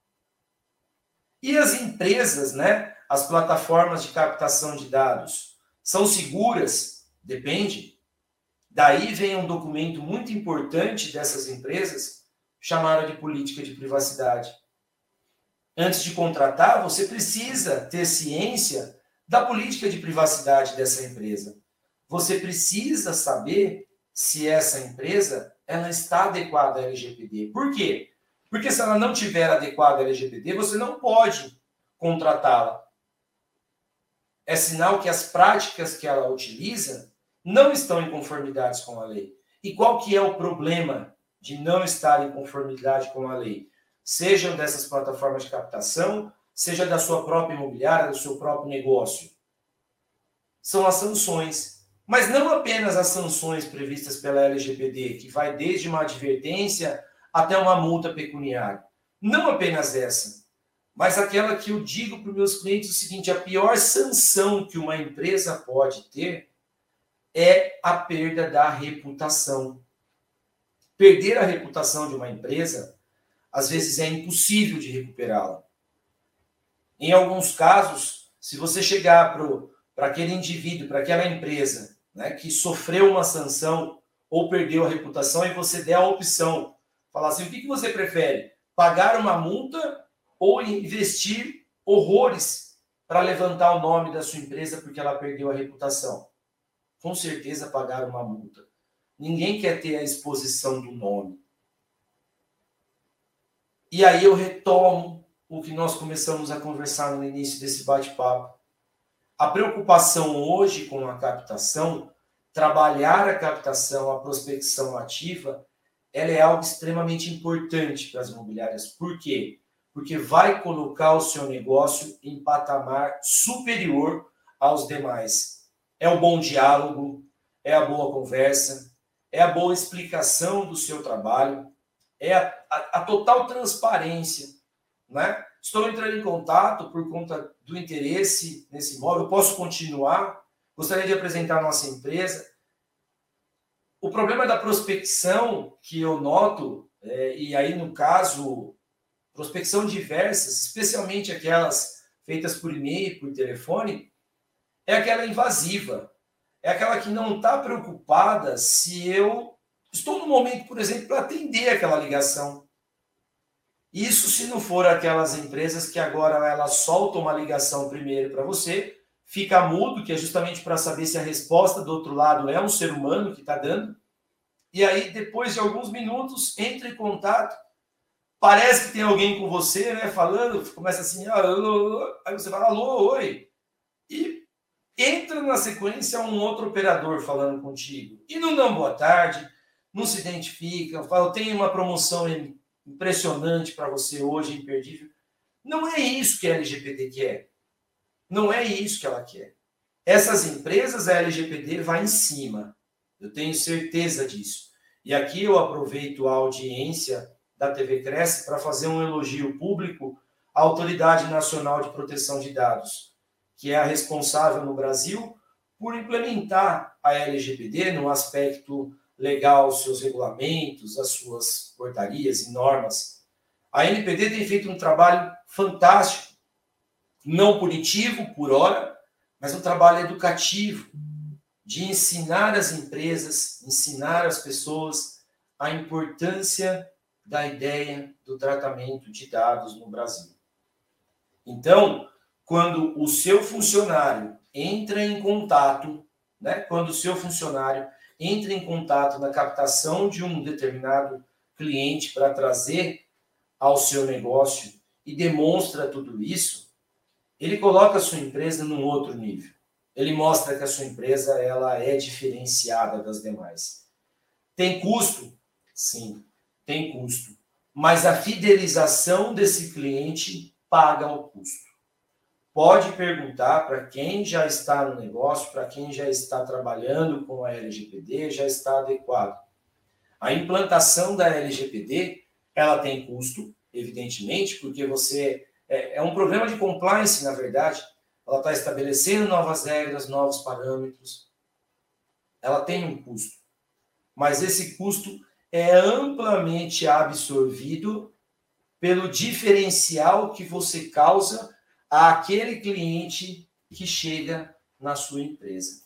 E as empresas, né? As plataformas de captação de dados, são seguras? Depende. Daí vem um documento muito importante dessas empresas, chamado de política de privacidade. Antes de contratar, você precisa ter ciência da política de privacidade dessa empresa. Você precisa saber se essa empresa ela está adequada à LGPD. Por quê? Porque se ela não estiver adequada à LGPD, você não pode contratá-la. É sinal que as práticas que ela utiliza não estão em conformidade com a lei. E qual que é o problema de não estar em conformidade com a lei? Sejam dessas plataformas de captação, seja da sua própria imobiliária, do seu próprio negócio. São as sanções. Mas não apenas as sanções previstas pela LGPD, que vai desde uma advertência até uma multa pecuniária. Não apenas essa, mas aquela que eu digo para os meus clientes o seguinte: a pior sanção que uma empresa pode ter é a perda da reputação. Perder a reputação de uma empresa, às vezes, é impossível de recuperá-la. Em alguns casos, se você chegar para aquele indivíduo, para aquela empresa, né, que sofreu uma sanção ou perdeu a reputação, e você der a opção, falar assim: o que você prefere? Pagar uma multa ou investir horrores para levantar o nome da sua empresa porque ela perdeu a reputação? Com certeza pagar uma multa. Ninguém quer ter a exposição do nome. E aí eu retomo o que nós começamos a conversar no início desse bate-papo. A preocupação hoje com a captação, trabalhar a captação, a prospecção ativa, ela é algo extremamente importante para as imobiliárias. Por quê? Porque vai colocar o seu negócio em patamar superior aos demais. É o bom diálogo, é a boa conversa, é a boa explicação do seu trabalho, é a total transparência, né? estou entrando em contato por conta do interesse nesse imóvel, eu posso continuar? Gostaria de apresentar a nossa empresa. O problema da prospecção que eu noto, e aí no caso, prospecção diversas, especialmente aquelas feitas por e-mail, por telefone, é aquela invasiva. É aquela que não está preocupada se eu estou no momento, por exemplo, para atender aquela ligação. Isso se não for aquelas empresas que agora elas soltam uma ligação primeiro para você, fica mudo, que é justamente para saber se a resposta do outro lado é um ser humano que está dando, e aí depois de alguns minutos entra em contato, parece que tem alguém com você, né, falando, começa assim, alô, aí você fala, alô, oi, e entra na sequência um outro operador falando contigo, e não dão boa tarde, não se identificam, falam, tem uma promoção impressionante para você hoje, imperdível. Não é isso que a LGPD quer. Não é isso que ela quer. Essas empresas, a LGPD vai em cima. Eu tenho certeza disso. E aqui eu aproveito a audiência da TV Cresce para fazer um elogio público à Autoridade Nacional de Proteção de Dados, que é a responsável no Brasil por implementar a LGPD no aspecto legal, seus regulamentos, as suas portarias e normas. A NPD tem feito um trabalho fantástico, não punitivo por hora, mas um trabalho educativo, de ensinar as empresas, ensinar as pessoas a importância da ideia do tratamento de dados no Brasil. Então, quando o seu funcionário entra em contato, né, quando o seu funcionário entra em contato na captação de um determinado cliente para trazer ao seu negócio e demonstra tudo isso, ele coloca a sua empresa num outro nível. Ele mostra que a sua empresa ela é diferenciada das demais. Tem custo? Sim, tem custo. Mas a fidelização desse cliente paga o custo. Pode perguntar para quem já está no negócio, para quem já está trabalhando com a LGPD, já está adequado. A implantação da LGPD, ela tem custo, evidentemente, porque você é um programa de compliance, na verdade. Ela está estabelecendo novas regras, novos parâmetros. Ela tem um custo. Mas esse custo é amplamente absorvido pelo diferencial que você causa àquele cliente que chega na sua empresa.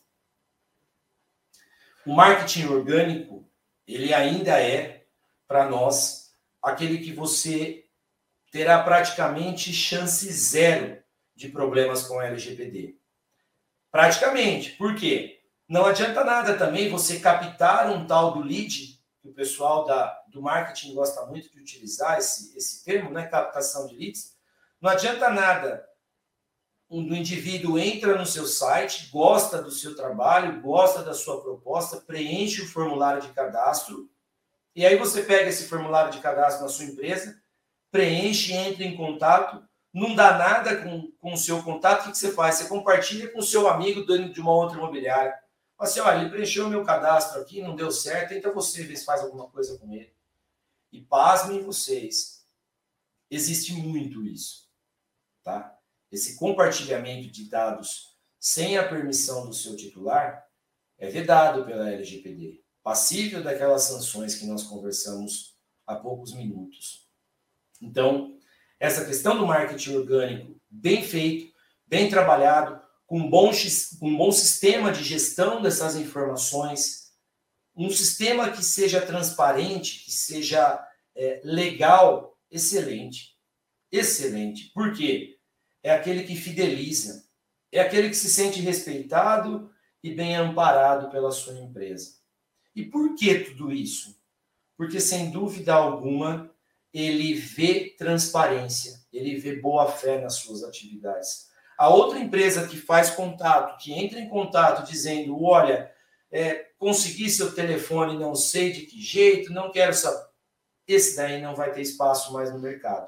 O marketing orgânico, ele ainda é, para nós, aquele que você terá praticamente chance zero de problemas com LGPD. Praticamente. Por quê? Não adianta nada também você captar um tal do lead, que o pessoal do marketing gosta muito de utilizar esse termo, né? Captação de leads. Não adianta nada do indivíduo entra no seu site, gosta do seu trabalho, gosta da sua proposta, preenche o formulário de cadastro, e aí você pega esse formulário de cadastro na sua empresa, preenche, entra em contato, não dá nada com o seu contato, o que você faz? Você compartilha com o seu amigo dono de uma outra imobiliária. Fala assim, olha, ele preencheu o meu cadastro aqui, não deu certo, tenta você ver se faz alguma coisa com ele. E pasmem vocês, existe muito isso, tá? Esse compartilhamento de dados sem a permissão do seu titular é vedado pela LGPD, passível daquelas sanções que nós conversamos há poucos minutos. Então, essa questão do marketing orgânico bem feito, bem trabalhado, com um bom sistema de gestão dessas informações, um sistema que seja transparente, que seja legal, excelente. Excelente. Por quê? É aquele que fideliza, é aquele que se sente respeitado e bem amparado pela sua empresa. E por que tudo isso? Porque, sem dúvida alguma, ele vê transparência, ele vê boa-fé nas suas atividades. A outra empresa que faz contato, que entra em contato dizendo, olha, consegui seu telefone, não sei de que jeito, não quero saber. Esse daí não vai ter espaço mais no mercado.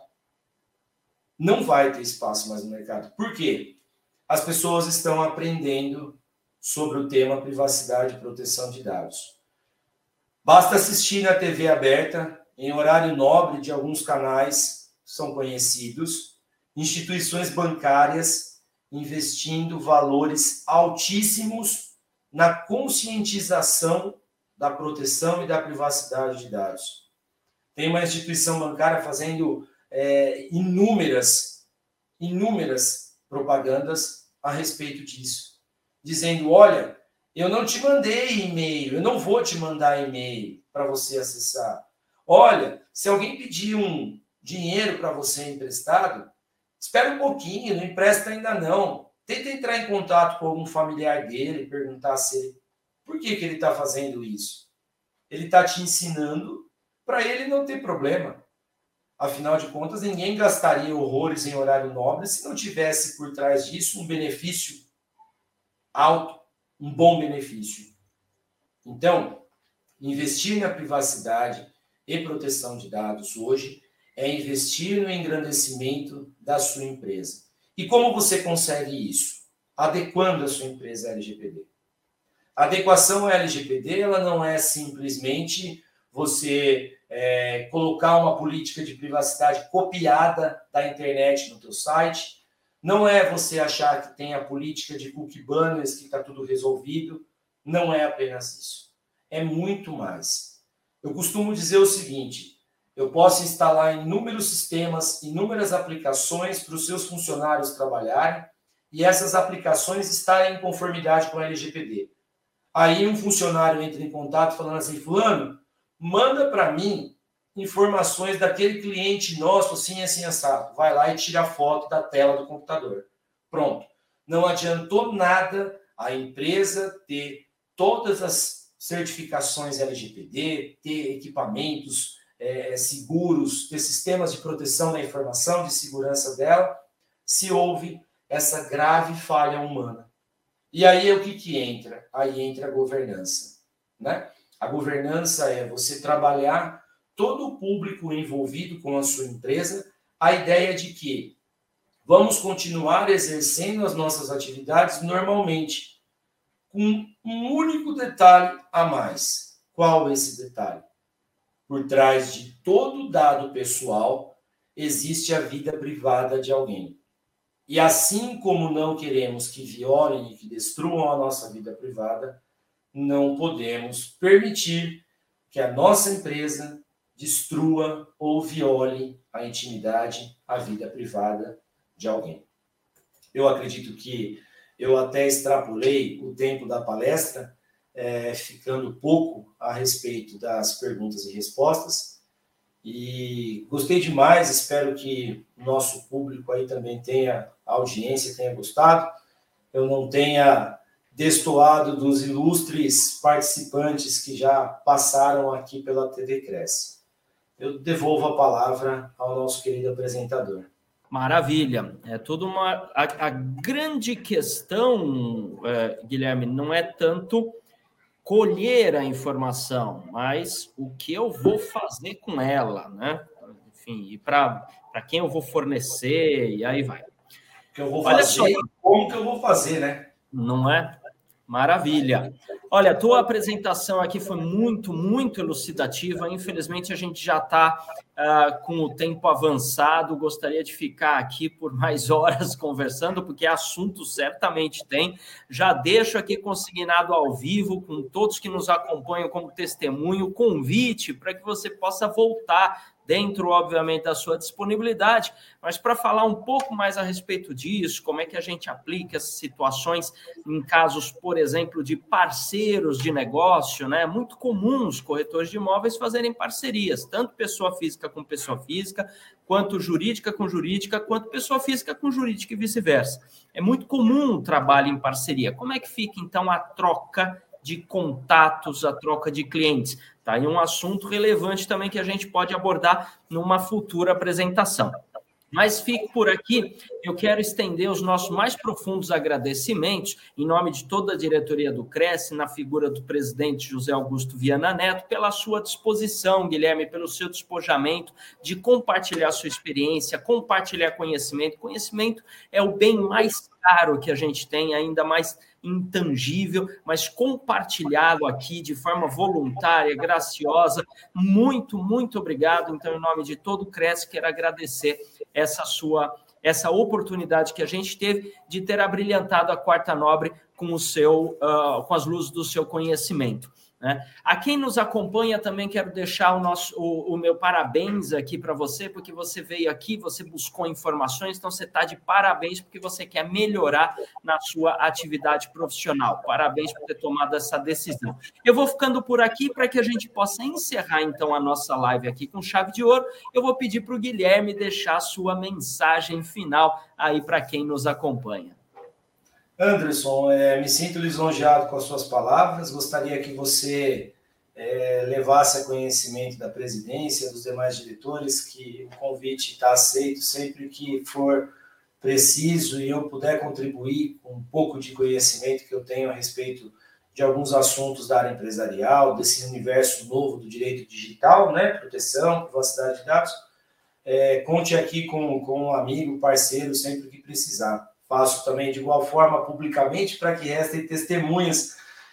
Não vai ter espaço mais no mercado. Por quê? As pessoas estão aprendendo sobre o tema privacidade e proteção de dados. Basta assistir na TV aberta, em horário nobre de alguns canais, são conhecidos, instituições bancárias investindo valores altíssimos na conscientização da proteção e da privacidade de dados. Tem uma instituição bancária fazendo inúmeras propagandas a respeito disso, dizendo, olha, eu não te mandei e-mail, eu não vou te mandar e-mail para você acessar. Olha, se alguém pedir um dinheiro para você emprestado, espera um pouquinho, não empresta ainda não. Tenta entrar em contato com algum familiar dele, perguntar por que ele está fazendo isso. Ele está te ensinando para ele não ter problema. Afinal de contas, ninguém gastaria horrores em horário nobre se não tivesse por trás disso um benefício alto, um bom benefício. Então, investir na privacidade e proteção de dados hoje é investir no engrandecimento da sua empresa. E como você consegue isso? Adequando a sua empresa à LGPD. A adequação à LGPD ela não é simplesmente você colocar uma política de privacidade copiada da internet no teu site. Não é você achar que tem a política de cookie banners, que está tudo resolvido. Não é apenas isso. É muito mais. Eu costumo dizer o seguinte, eu posso instalar inúmeros sistemas, inúmeras aplicações para os seus funcionários trabalharem e essas aplicações estarem em conformidade com a LGPD. Aí um funcionário entra em contato falando assim, fulano, manda para mim informações daquele cliente nosso, assim, assim, assado. Vai lá e tira a foto da tela do computador. Pronto. Não adiantou nada a empresa ter todas as certificações LGPD, ter equipamentos seguros, ter sistemas de proteção da informação, de segurança dela, se houve essa grave falha humana. E aí o que entra? Aí entra a governança, né? A governança é você trabalhar todo o público envolvido com a sua empresa, a ideia de que vamos continuar exercendo as nossas atividades normalmente, com um único detalhe a mais. Qual esse detalhe? Por trás de todo dado pessoal, existe a vida privada de alguém. E assim como não queremos que violem e que destruam a nossa vida privada, não podemos permitir que a nossa empresa destrua ou viole a intimidade, a vida privada de alguém. Eu acredito que eu até extrapolei o tempo da palestra, ficando pouco a respeito das perguntas e respostas. E gostei demais, espero que o nosso público aí também tenha, a audiência tenha gostado. Eu não tenha destoado dos ilustres participantes que já passaram aqui pela TV Cresce. Eu devolvo a palavra ao nosso querido apresentador. Maravilha. É toda uma... A grande questão, Guilherme, não é tanto colher a informação, mas o que eu vou fazer com ela, né? Enfim, e para quem eu vou fornecer, e aí vai. O que eu vou fazer, como que eu vou fazer, né? Não é? Maravilha. Olha, a tua apresentação aqui foi muito, muito elucidativa. Infelizmente, a gente já está com o tempo avançado. Gostaria de ficar aqui por mais horas conversando, porque assunto certamente tem. Já deixo aqui consignado ao vivo, com todos que nos acompanham como testemunho, o convite para que você possa voltar dentro, obviamente, da sua disponibilidade, mas para falar um pouco mais a respeito disso, como é que a gente aplica essas situações em casos, por exemplo, de parceiros de negócio, né? É muito comum os corretores de imóveis fazerem parcerias, tanto pessoa física com pessoa física, quanto jurídica com jurídica, quanto pessoa física com jurídica e vice-versa. É muito comum o trabalho em parceria. Como é que fica, então, a troca de contatos, a troca de clientes? Tá aí um assunto relevante também que a gente pode abordar numa futura apresentação. Mas fico por aqui, eu quero estender os nossos mais profundos agradecimentos, em nome de toda a diretoria do Cresce, na figura do presidente José Augusto Viana Neto, pela sua disposição, Guilherme, pelo seu despojamento de compartilhar sua experiência, compartilhar conhecimento. Conhecimento é o bem mais caro que a gente tem, ainda mais intangível, mas compartilhado aqui de forma voluntária, graciosa. Muito, muito obrigado. Então, em nome de todo o Cresce, quero agradecer essa sua essa oportunidade que a gente teve de ter abrilhantado a Quarta Nobre com com as luzes do seu conhecimento. Né? A quem nos acompanha também quero deixar o meu parabéns aqui para você, porque você veio aqui, você buscou informações, então você está de parabéns porque você quer melhorar na sua atividade profissional. Parabéns por ter tomado essa decisão. Eu vou ficando por aqui para que a gente possa encerrar então a nossa live aqui com chave de ouro. Eu vou pedir para o Guilherme deixar a sua mensagem final aí para quem nos acompanha. Anderson, me sinto lisonjeado com as suas palavras. Gostaria que você levasse a conhecimento da presidência, dos demais diretores, que o convite está aceito sempre que for preciso e eu puder contribuir com um pouco de conhecimento que eu tenho a respeito de alguns assuntos da área empresarial, desse universo novo do direito digital, né? Proteção, privacidade de dados. Conte aqui com um amigo, parceiro, sempre que precisar. Faço também de igual forma publicamente para que restem testemunhas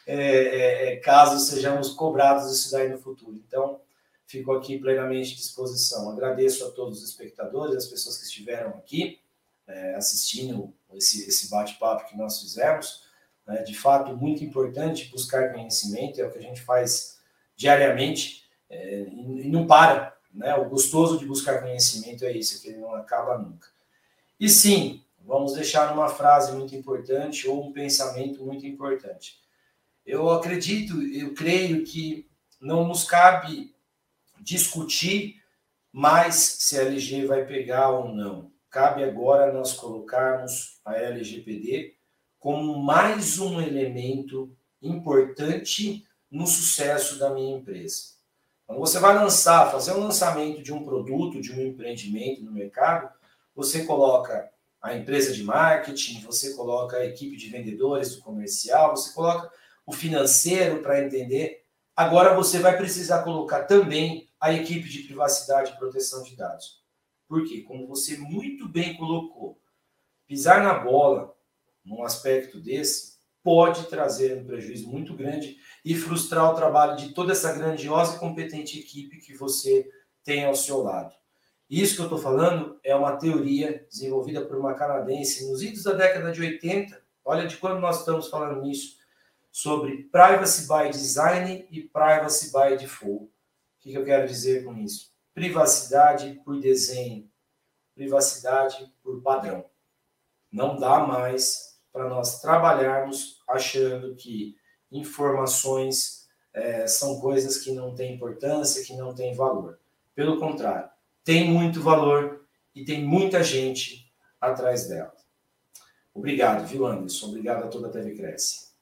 caso sejamos cobrados disso daí no futuro. Então, fico aqui plenamente à disposição. Agradeço a todos os espectadores, as pessoas que estiveram aqui assistindo esse bate-papo que nós fizemos. De fato, muito importante buscar conhecimento, é o que a gente faz diariamente e não para. Né? O gostoso de buscar conhecimento é isso, que ele não acaba nunca. E sim, vamos deixar uma frase muito importante ou um pensamento muito importante. Eu creio que não nos cabe discutir mais se a LG vai pegar ou não. Cabe agora nós colocarmos a LGPD como mais um elemento importante no sucesso da minha empresa. Quando você vai fazer um lançamento de um produto, de um empreendimento no mercado, você coloca a empresa de marketing, você coloca a equipe de vendedores do comercial, você coloca o financeiro para entender. Agora você vai precisar colocar também a equipe de privacidade e proteção de dados. Por quê? Como você muito bem colocou, pisar na bola num aspecto desse pode trazer um prejuízo muito grande e frustrar o trabalho de toda essa grandiosa e competente equipe que você tem ao seu lado. Isso que eu estou falando é uma teoria desenvolvida por uma canadense nos idos da década de 80. Olha de quando nós estamos falando nisso, sobre privacy by design e privacy by default. O que eu quero dizer com isso? Privacidade por desenho, privacidade por padrão. Não dá mais para nós trabalharmos achando que informações são coisas que não têm importância, que não têm valor. Pelo contrário, tem muito valor e tem muita gente atrás dela. Obrigado, viu, Anderson? Obrigado a toda a TV Cresce.